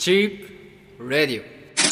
チープレディオ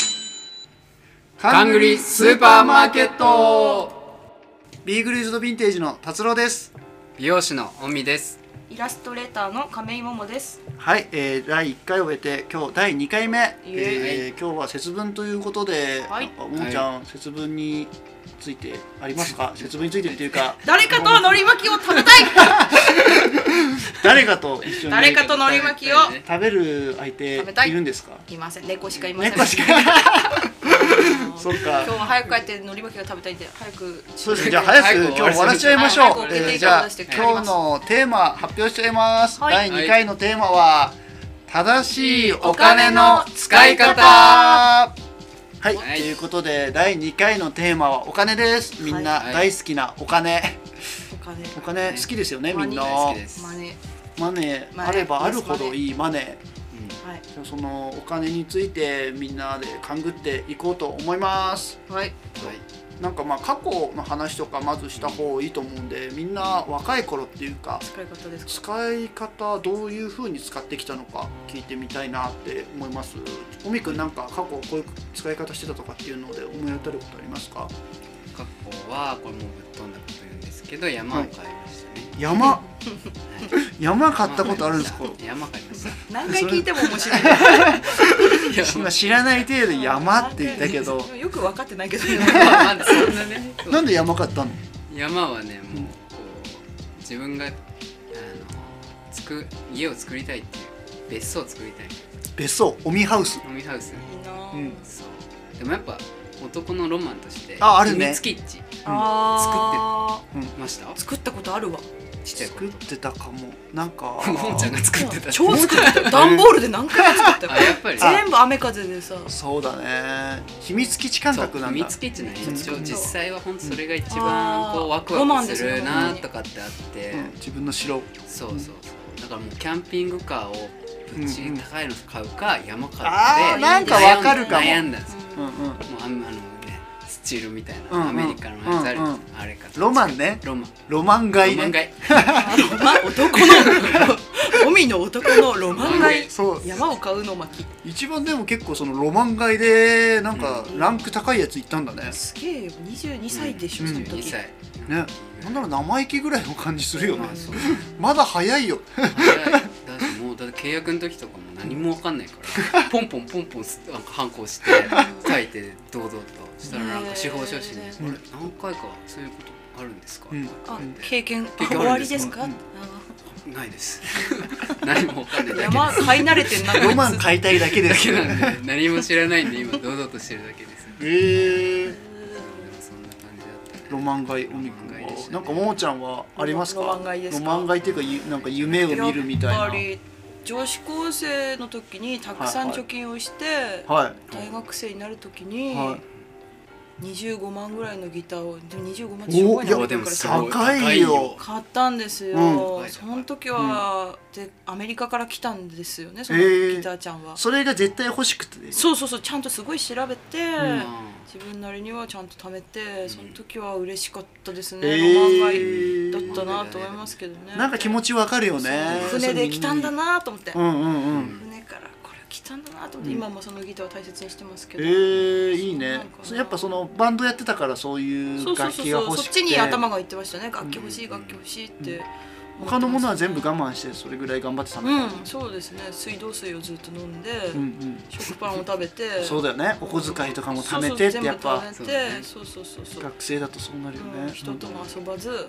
カングリスーパーマーケット。 ビーグルユーズドヴィンテージの達郎です。 美容師のオミです。 イラストレーターの亀井桃です。 はい、第1回を終えて今日第2回目、 今日は節分ということで、 はいももちゃん、節分についてありますか？節分についてっていうか誰かと海苔巻きを食べたい誰かと一緒に誰かと海苔巻きを食べる相手食べたいいるんですか？ いません、猫しかいません。 猫しかそっか。 今日は早く帰って海苔巻きが食べたいんで早く。 そうですね。じゃあ早く今日終わらせちゃいましょう。 はいじゃあ決定今日のテーマ発表しちゃいます。 はい第2回のテーマは正しいお金金のの使使いい方。 方。 はい、 はいということで第2回のテーマはお金です。みんなはい大好きなお金。 お金お金好きですよね、 マネーみんな。 大好きです。 マネマネーあればあるほどいいマネー。 はいそのお金についてみんなで勘ぐっていこうと思います。 はいなんかまあ過去の話とかまずした方がいいと思うんで、みんな若い頃っていうか使い方ですか。 使い方どういう風に使ってきたのか聞いてみたいなって思います。おみくんなんか過去こういう使い方してたとかっていうので思い当たることありますか？ 過去はこれもうぶっ飛んだこと言うんですけど、山を買いましたね。 山山買ったことあるんですか？ 山買いました。 何回聞いても面白い。 今知らない程度山って言ったけどよく分かってないけど。 まだそんなね。 なんで山買ったの？ 山はね、もうこう自分が家を作りたいっていう別荘を作りたい。 別荘、オミハウス。 ホームハウス。 いいなぁうんそう。でもやっぱ男のロマンとしてあるね秘密基地あました。 ー作ったことあるわ。 ちっちゃい頃。 作ってたかも。なんかもんちゃんが作ってた。 超作ってた。段ボールで何回も作ったよあ、やっぱり。 全部雨風でさ。 そうだね。秘密基地感覚なんだ。 秘密基地ね。一応実際は本当それが一あー番こうワクロマワクするンですよなとかってあって、 うん、自分の城。 そうそうそう。だからもうキャンピングカーをぶち高いの買うか山買うあかでーなんかわかるかも悩んだんですよ。 うんうん。 もうねスチールみたいうんうんなアメリカのやつあるうんうんあれか。 ロマンね。 ロマン。 ロマン買いね。 ロマン買い。 男の海の男のロマン買い。 そう。 山を買うの巻。 一番でも結構そのロマン買いでなんかランク高いやつ行ったんだね。 すげえよ。22歳でしょ、 うんその 2 時。 歳。 ね。なんなら生意気ぐらいの感じするよねまあ。そうまだ早いよ。 早い。だってもうだって契約の時とかも何もわかんないからポンポンポンポンなんかハンコして書いて堂々としたらなんか司法書士に「これ何回かそういうことあるんですか?」 うんあ、 って経験経験終わあるんですかりですか？ ないです何もわかんないだけ山買い慣れてんな。 ロマン買いたいだけですよ。 なんで何も知らないんで今堂々としてるだけです。でもええ。 そんな感じだったね。 ロマン買いおみくんはロマン買いでしたねなんかももちゃんはありますか？ ロマン買いですかロマン買いっていうかなんか夢を見るみたいな。 やっぱり女子高生の時にたくさん貯金をして、 はい大学生になる時にはい。 25万ぐらいのギターを、でも25万っておすごいな。 いやでもすごい高いよ。 買ったんですよ、 うんその時は、でアメリカから来たんですよね、そのへーギターちゃんは。 それが絶対欲しくてです。 そうそうそう、ちゃんとすごい調べて、 ん自分なりにはちゃんと貯めて、その時は嬉しかったですね、 えーロマン買いだったなと思いますけどね。 なんか気持ちわかるよね。 船で来たんだなと思って、 うんうんうん。 船からこれ来たんだなと思って、今もそのギターを大切にしてますけど、 いいねそうなんか。なやっぱそのバンドやってたからそういうそうそう楽そうそう、 器が欲しくて。 そっちに頭がいってましたね。楽器欲しい楽器欲しいって思ってましたね。 他のものは全部我慢してそれぐらい頑張ってたのか。 そうですね。水道水をずっと飲んで、 うんうん。 食パンを食べて、 そうだよね。お小遣いとかも貯めてってやっぱそうそう全部食べて、そうそうそうそう。 学生だとそうなるよね。 人とも遊ばず、 な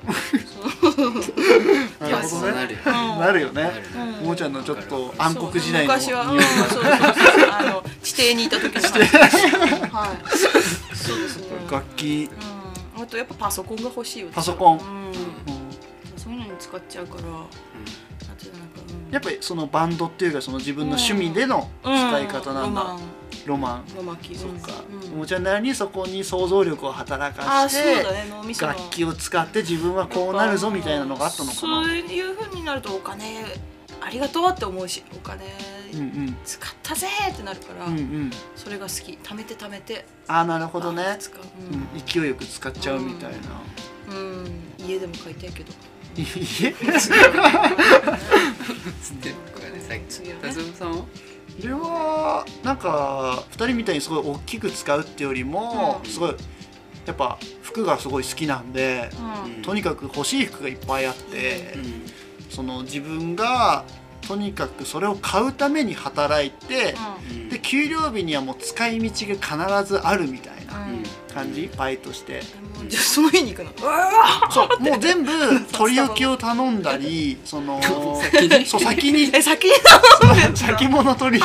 いやるほどね。 そうなるよ。 なるよね。 うんももちゃんのちょっと暗黒時代の昔は、 匂いがそうそうそう地底にいた時の話。はい。そうですね。 楽器、 あとやっぱパソコンが欲しいよ。 パソコン。 そういうのに使っちゃうから。あとなんか、 やっぱりそのバンドっていうかその自分の趣味での使い方なんだ。ロマン。 ロマキ。 そっか。ももちゃんなりにそこに想像力を働かあ、 してそうだね。脳みその楽器を使って自分はこうなるぞみたいなのがあったのかそうな。 いう風になるとお金ありがとうって思うし、お金うんうん使ったぜってなるから、 うんうん。 それが好き。貯めて貯めて。 ああなるほどね。 使う。 うん勢いよく使っちゃうみたいな。 家でも買いたいけど。 家つって僕はねさっき次はね達郎さんはそれはなんか2人みたいにすごい大きく使うってよりも、すごいやっぱ服がすごい好きなんで、とにかく欲しい服がいっぱいあって、その自分がとにかくそれを買うために働いて、で給料日にはもう使い道が必ずあるみたいな感じ、バイトして。 じゃあその日に行くの。 そうもう全部取り置きを頼んだり、その先に先に先物取引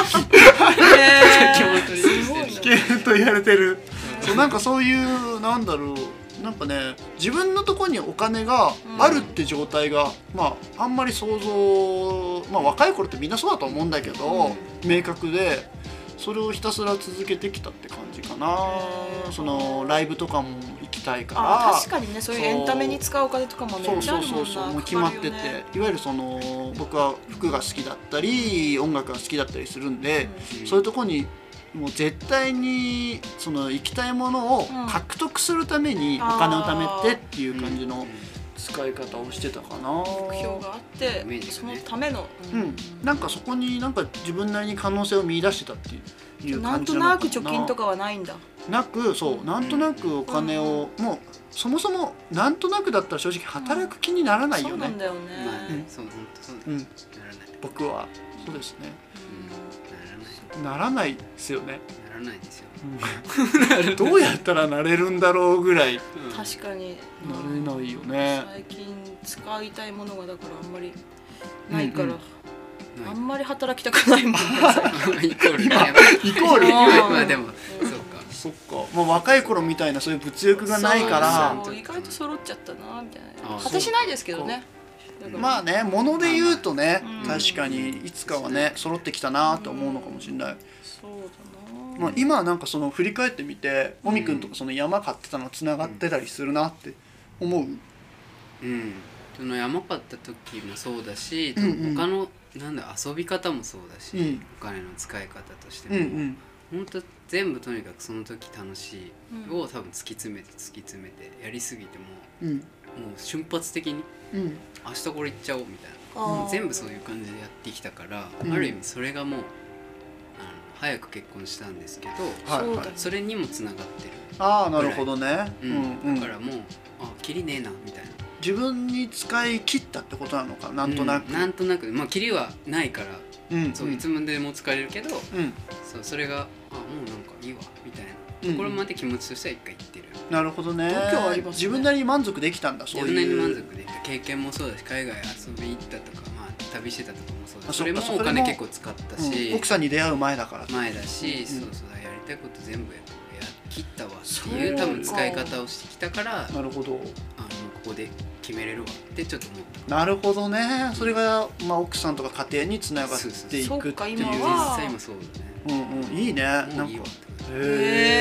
危険と言われてる。そうなんかそういうなんだろう、なんかね、自分のところにお金があるって状態が、まああんまり想像、まあ若い頃ってみんなそうだと思うんだけど、明確でそれをひたすら続けてきたって感じかな。そのライブとかも行きたいから。 確かにね、そういうエンタメに使うお金とかもめっちゃあるもんな。 そうもう決まってて、いわゆるその僕は服が好きだったり音楽が好きだったりするんで、そういうところにもう絶対にその行きたいものを獲得するためにお金を貯めてっていう感じの使い方をしてたかな。 目標があってそのための、 なんかそこになんか自分なりに可能性を見出してたっていう感じなのかな。 なんとなく貯金とかはないんだ。 なく、そうなんとなくお金を、もうそもそもなんとなくだったら正直働く気にならないよね。 そうなんだよね。 そう本当そう。ならない。 僕はそうですね。ならないですよね。 ならないですよ。 どうやったらなれるんだろうぐらい。 確かになれないよね。 最近使いたいものがだからあんまりないから、あんまり働きたくないもんね。 イコールね。 イコール。 まあでもそっか。まあ若い頃みたいなそういう物欲がないから。 意外と揃っちゃったなみたいな。果てしないですけどね。 まあね、物で言うとね、確かにいつかはね揃ってきたなと思うのかもしれない。 そうだな。 まあ今なんかその振り返ってみて、もみくんとかその山買ってたのつながってたりするなって思う。 その山買った時もそうだし、他のなんだ遊び方もそうだし、お金の使い方としても、本当全部とにかくその時楽しいを多分突き詰めてやりすぎても、もう瞬発的に明日これ行っちゃおうみたいな、もう全部そういう感じでやってきたから、ある意味それがもう早く結婚したんですけど、それにもつながってる。 ああなるほどね。だからもうキリねえなみたいな。 自分に使い切ったってことなのか、なんとなく。 なんとなく、まあキリはないから、そういつまでも使えるけど、それがもうなんかいいわみたいなところまで気持ちとしては一回言ってる。 なるほどね。自分なりに満足できたんだ。そういう自分なりに満足できた経験もそうだし、海外遊び行ったとか、まあ旅してたとかもそうだし、それもお金結構使ったし、 奥さんに出会う前だから前だし、そうやりたいこと全部や切ったわっていう多分使い方をしてきたから、 なるほど、 ここで決めれるわってちょっと思った。 なるほどね。それがまあ奥さんとか家庭につながっていくっていう。 実際今そうだね。いいね。なんかそっか。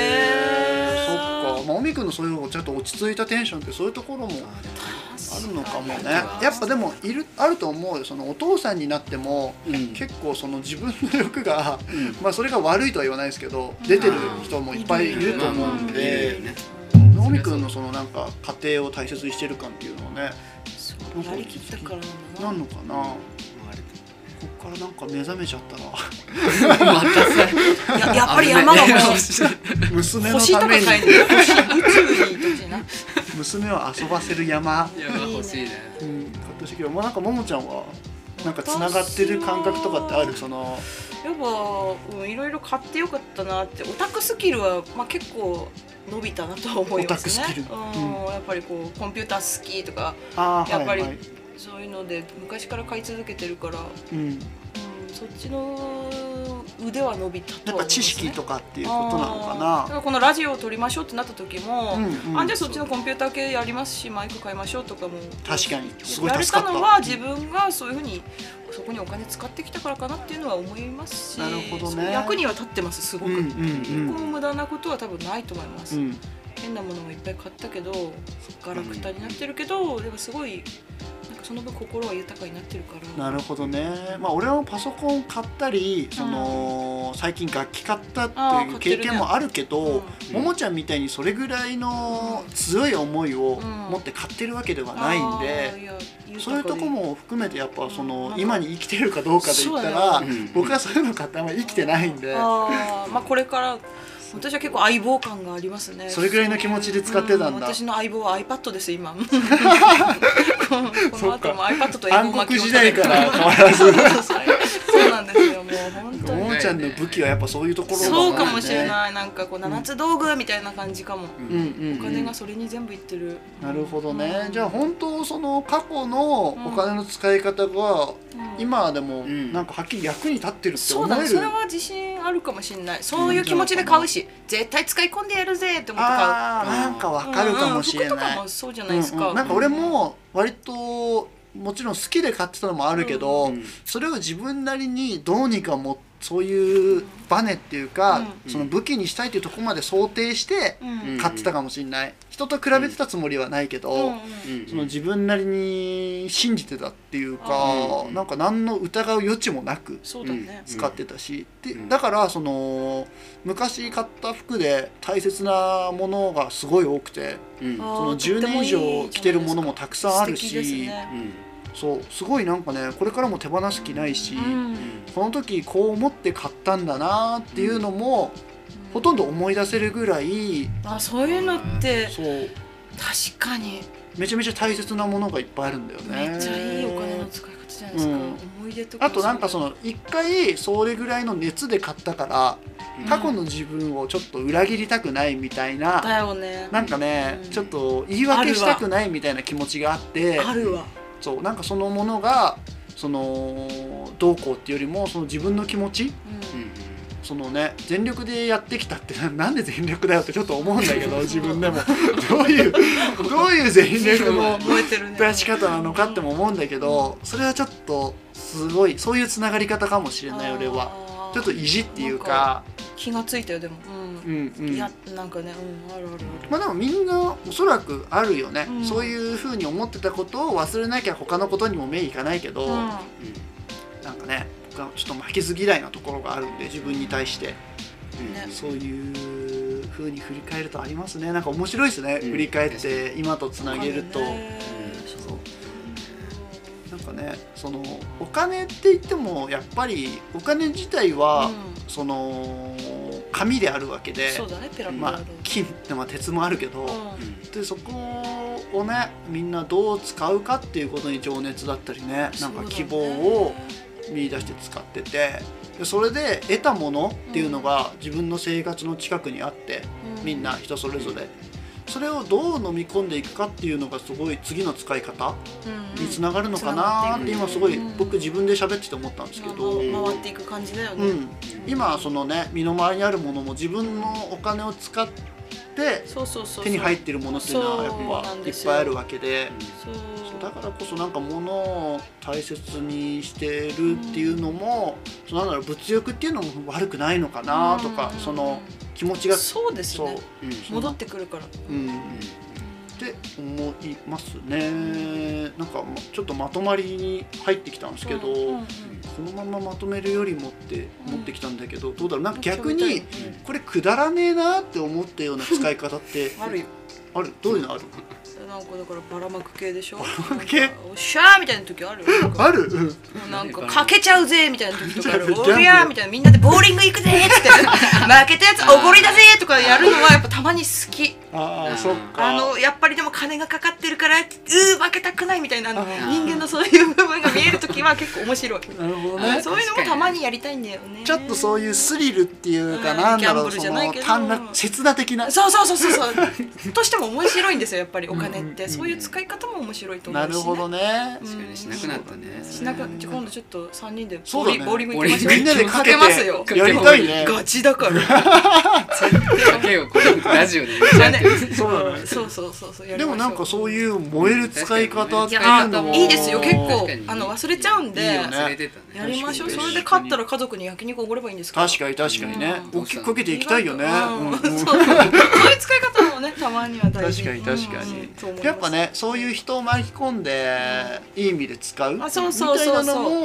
まあおみくんのそういうちょっと落ち着いたテンションってそういうところもあるのかもね。やっぱでもあると思うよ。そのお父さんになっても、結構その自分の欲が、まあそれが悪いとは言わないですけど出てる人もいっぱいいると思うんで、おみくんのそのなんか家庭を大切にしてる感っていうのはね、 やりきったからなんのかな。ここからなんか目覚めちゃったらまたさやっぱり山が欲しい。 娘のために娘を遊ばせる山欲しいね。 もうなんかももちゃんはなんかつながってる感覚とかってある？そのやっぱいろいろ買ってよかったなって。オタクスキルはまあ結構伸びたなと思いますね。やっぱりこうコンピューター好きとかやっぱりそういうので昔から買い続けてるから、そっちの腕は伸びたとは思いますね。 やっぱ知識とかっていうことなのかな。だからこのラジオを撮りましょうってなった時も、じゃあそっちのコンピューター系やりますし、マイク買いましょうとかも確かにすごいやれ助かったのは自分がそういうふうにそこにお金使ってきたからかなっていうのは思いますし、 なるほどね。 役には立ってます。すごく無駄なことは多分ないと思います。変なものもいっぱい買ったけどガラクタになってるけど、でもすごいその分心は豊かになってるから。 なるほどね。まあ俺もパソコン買ったり、その最近楽器買ったっていう経験もあるけど、ももちゃんみたいにそれぐらいの強い思いを持って買ってるわけではないんで、そういうとこも含めてやっぱその今に生きてるかどうかで言ったら、僕はそういうの買ってあんまり生きてないんで、 まあこれから私は結構相棒感がありますね。 それぐらいの気持ちで使ってたんだ。 私の相棒は iPad です今。この後も iPad と英語巻きを食べるから変わらず。 そうなんですよ、もう本当に。 ももちゃんの武器はやっぱそういうところだもんね。 そうかもしれない。なんかこう7つ道具みたいな感じかも。お金がそれに全部いってる。 なるほどね。じゃあ本当その過去のお金の使い方が今でもなんかはっきり役に立ってるって思える。 そうだね。それは自信あるかもしれない。そういう気持ちで買うし、絶対使い込んでやるぜって思って買う。 なんかわかるかもしれない。 服とかもそうじゃないですか。 なんか俺も割ともちろん好きで買ってたのもあるけど、それを自分なりにどうにかそういうバネっていうか、その武器にしたいというところまで想定して買ってたかもしれない。人と比べてたつもりはないけど、その自分なりに信じてたっていうか、なんか何の疑う余地もなく使ってたし、だからその昔買った服で大切なものがすごい多くて、その10年以上着てるものもたくさんあるし。そうすごいなんかね、これからも手放す気ないし、この時こう思って買ったんだなっていうのもほとんど思い出せるぐらい、 そういうのってそう確かにめちゃめちゃ大切なものがいっぱいあるんだよね。 めっちゃいいお金の使い方じゃないですか。思い出とか。 あとなんかその一回それぐらいの熱で買ったから過去の自分をちょっと裏切りたくないみたいな、なんかね、ちょっと言い訳したくないみたいな気持ちがあって、 あるわ。 そうなんかそのものがそのどうこうっていうよりもその自分の気持ち、そのね全力でやってきたってなんで全力だよってちょっと思うんだけど自分でもどういう全力の出し方なのかっても思うんだけど、それはちょっとすごいそういうつながり方かもしれない。俺はちょっと意地っていうか気がついたよ。でもいやなんかね、あるある。 まあでもみんなおそらくあるよね、そういうふうに思ってたことを忘れなきゃ他のことにも目いかないけど、なんかね僕はちょっと負けず嫌いなところがあるんで自分に対して、そういうふうに振り返るとありますね。なんか面白いですね、振り返って今とつなげると。なんかね、そのお金って言ってもやっぱりお金自体は、その紙であるわけで、金って鉄もあるけど、でそこをねみんなどう使うかっていうことに情熱だったりね、なんか希望を見出して使ってて、それで得たものっていうのが自分の生活の近くにあって、みんな人それぞれそれをどう飲み込んでいくかっていうのがすごい次の使い方につながるのかなって今すごい僕自分で喋ってて思ったんですけど、 回っていく感じだよね。 今そのね身の回りにあるものも自分のお金を使って手に入ってるものっていうのはやっぱいっぱいあるわけで、だからこそなんか物を大切にしてるっていうのも、なんだろう、物欲っていうのも悪くないのかなとか、その気持ちがそうですね、戻ってくるからって思いますね。なんかちょっとまとまりに入ってきたんですけど、このまままとめるよりもって思ってきたんだけど、どうだろう、なんか逆にこれくだらねえなって思ったような使い方ってあるよ。 ある？どういうのある？ なんかだからばらまく系でしょ。 ばらまく系？ おっしゃーみたいな時ある？ ある？ なんかかけちゃうぜみたいな時とかある。おりゃーみたいな、みんなでボーリング行くぜーって負けたやつおごりだぜーとかやるのはやっぱたまに好き。 そっか。 やっぱりでも金がかかってるから負けたくないみたいな人間のそういう部分が見える時は結構面白い。 なるほどね。 そういうのもたまにやりたいんだよね。 ちょっとそういうスリルっていうか、なんだろう、その単な切な的な。 そうとしても面白いんですよ、やっぱりお金ってそういう使い方も面白いと思うし。 なるほどね。 確かにしなくなったね。 しなく今度ちょっと3人でボーリング行きましょう。 みんなでかけてますよ。 やりたいね。 ガチだから。 かけようこれラジオで言っちゃって。 そう。 でもなんかそういう燃える使い方っていうのもいいですよ。結構忘れちゃうんでやりましょう。それで勝ったら家族に焼肉おごればいいんですから。 確かにね。大きくかけていきたいよね。 そういう使い方もね、たまには大事。 確かに。やっぱね、そういう人を巻き込んでいい意味で使うみたいなのも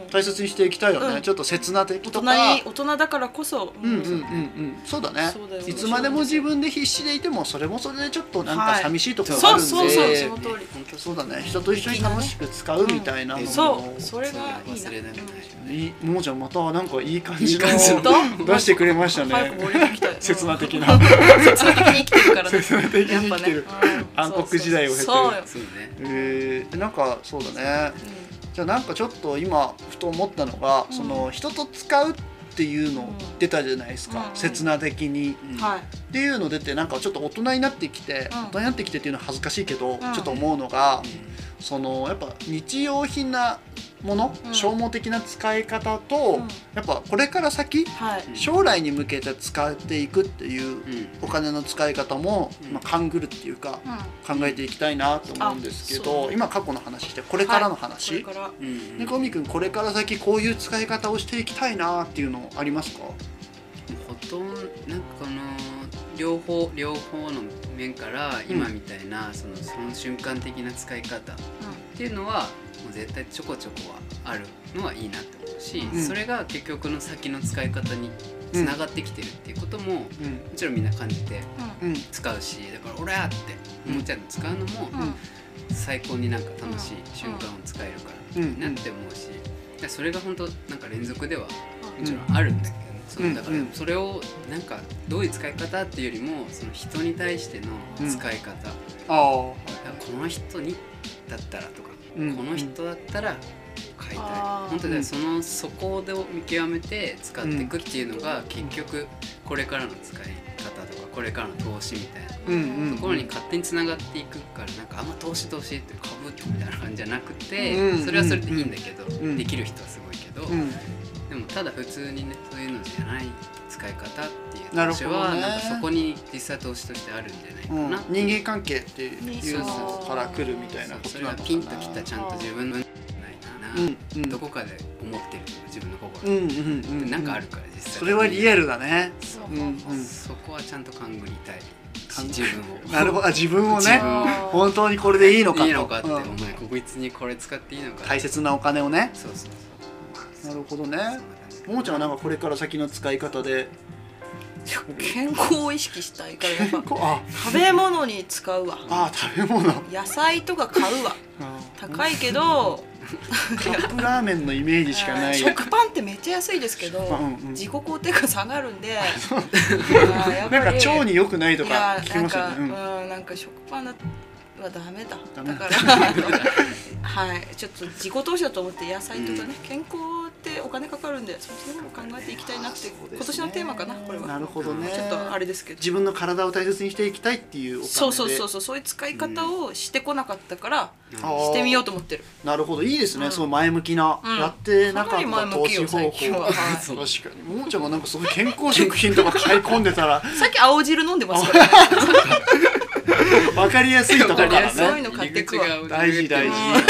大切にしていきたいよね。ちょっと刹那的とか大人だからこそ、 そうだね。いつまでも自分で必死でいてもそれもそれでちょっとなんか寂しいところがあるんで、 その通り。 そうだね。人と一緒に楽しく使うみたいなのも、 それがいいな。 ももちゃんまたなんかいい感じの出してくれましたね。刹那的な。 刹那的に生きてるからね。 刹那的に生きてる。暗黒時代を経て。 そうよ。 なんかそうだね。じゃあなんかちょっと今ふと思ったのが、その人と使うっていうの出たじゃないですか、刹那的に、っていうの出て、なんかちょっと大人になってきて、大人になってきてっていうのは恥ずかしいけど、ちょっと思うのが、そのやっぱ日用品なもの、消耗的な使い方と、やっぱこれから先、将来に向けて使っていくっていうお金の使い方も、勘ぐるっていうか、考えていきたいなと思うんですけど、今過去の話してこれからの話、ねこみくんこれから先こういう使い方をしていきたいなっていうのありますか？ ほとんどなんか両方の面から今みたいな、その瞬間的な使い方っていうのはもう絶対ちょこちょこはあるのはいいなって思うし、それが結局の先の使い方につながってきてるっていうことも、もちろんみんな感じて使うし、だから俺やって思っちゃうの使うのも最高になんか楽しい瞬間を使えるからいいなって思うし、それが本当なんか連続ではもちろんあるんだけど、だからそれをなんかどういう使い方っていうよりも、その人に対しての使い方、この人にだったらとか、この人だったら買いたい、本当にそこで見極めて使っていくっていうのが結局これからの使い方とかこれからの投資みたいなところに勝手につながっていくから、なんかあんま投資って株みたいな感じじゃなくて、それはそれでいいんだけど、できる人はすごいけど、でもただ普通にね、そういうのじゃない使い方っていう投資はなんかそこに実際投資としてあるんじゃないかな、 人間関係っていうのから来るみたいなことそれはピンときたちゃんと自分のどこかで思ってる自分の心なんかあるから実際それはリアルだね。 そこはちゃんと勘ぐりたい自分を。 なるほど、自分をね、本当にこれでいいのかと、 いいのかって、お前こいつにこれ使っていいのか、 大切なお金をね。 そうそうそう、なるほどね。ももちゃんはなんかこれから先の使い方で健康を意識したいからやっぱ食べ物に使うわ。 食べ物、 野菜とか買うわ。高いけどカップラーメンのイメージしかない。 食パンってめっちゃ安いですけど、自己肯定感下がるんで、 なんか腸に良くないとか聞きますよね。 なんか食パンはダメだ。だからちょっと自己投資だと思って野菜とかね、健康ってお金かかるんで、そっちの方を考えていきたいなって今年のテーマかな、これは。 なるほどね。 ちょっとあれですけど、 自分の体を大切にしていきたいっていうお金で。 そういう使い方をしてこなかったからしてみようと思ってる。 なるほど、いいですね。そう前向きな、やってなかった投資方法。確かにももちゃんがなんかすごい健康食品とか買い込んでたらさっき青汁飲んでますからわかりやすいところからね。 そういうの買ってくわ。 大事大事。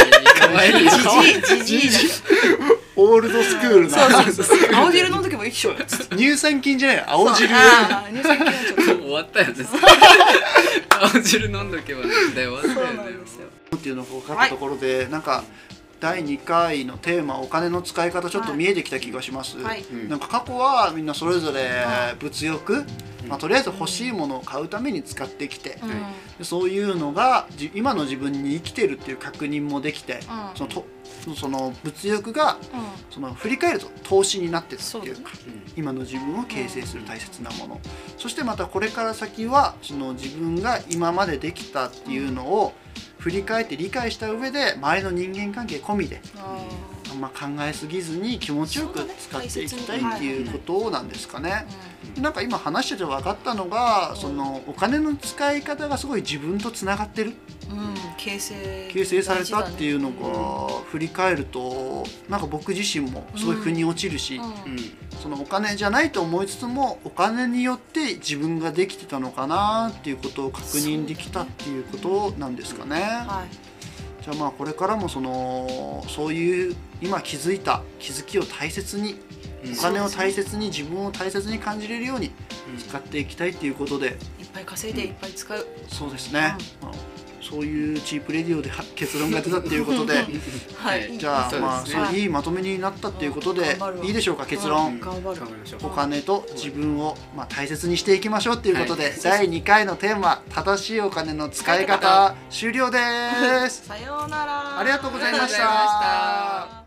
じじいオールドスクールな。 青汁飲んどけばいいでしょ。 乳酸菌じゃない、青汁。 乳酸菌はちょっと終わったよね。青汁飲んどけば時代終わったよね。 っていうのが分かったところで、なんか第2回のテーマ、お金の使い方ちょっと見えてきた気がします。なんか過去はみんなそれぞれ物欲、とりあえず欲しいものを買うために使ってきて、そういうのが今の自分に生きてるっていう確認もできて、その物欲がその振り返ると投資になってたっていうか、今の自分を形成する大切なもの、そしてまたこれから先はその自分が今までできたっていうのを振り返って理解した上で、周りの人間関係込みであんま考えすぎずに気持ちよく使っていきたいっていうことなんですかね。なんか今話してて分かったのが、そのお金の使い方がすごい自分とつながってる、形成されたっていうのが振り返ると、なんか僕自身もすごい腑に落ちるし、そのお金じゃないと思いつつもお金によって自分ができてたのかなっていうことを確認できたっていうことなんですかね。じゃあこれからもそういう今気づいた気づきを大切に、お金を大切に、自分を大切に感じれるように使っていきたいっていうことで、 いっぱい稼いでいっぱい使う。 そうですね。 そういうチープレディオで結論が出たっていうことではい、 じゃあまあそういいまとめになったっていうことでいいでしょうか。結論、お金と自分をまあ大切にしていきましょうっていうことで、第2回のテーマ正しいお金の使い方終了です。 さようなら。 ありがとうございました。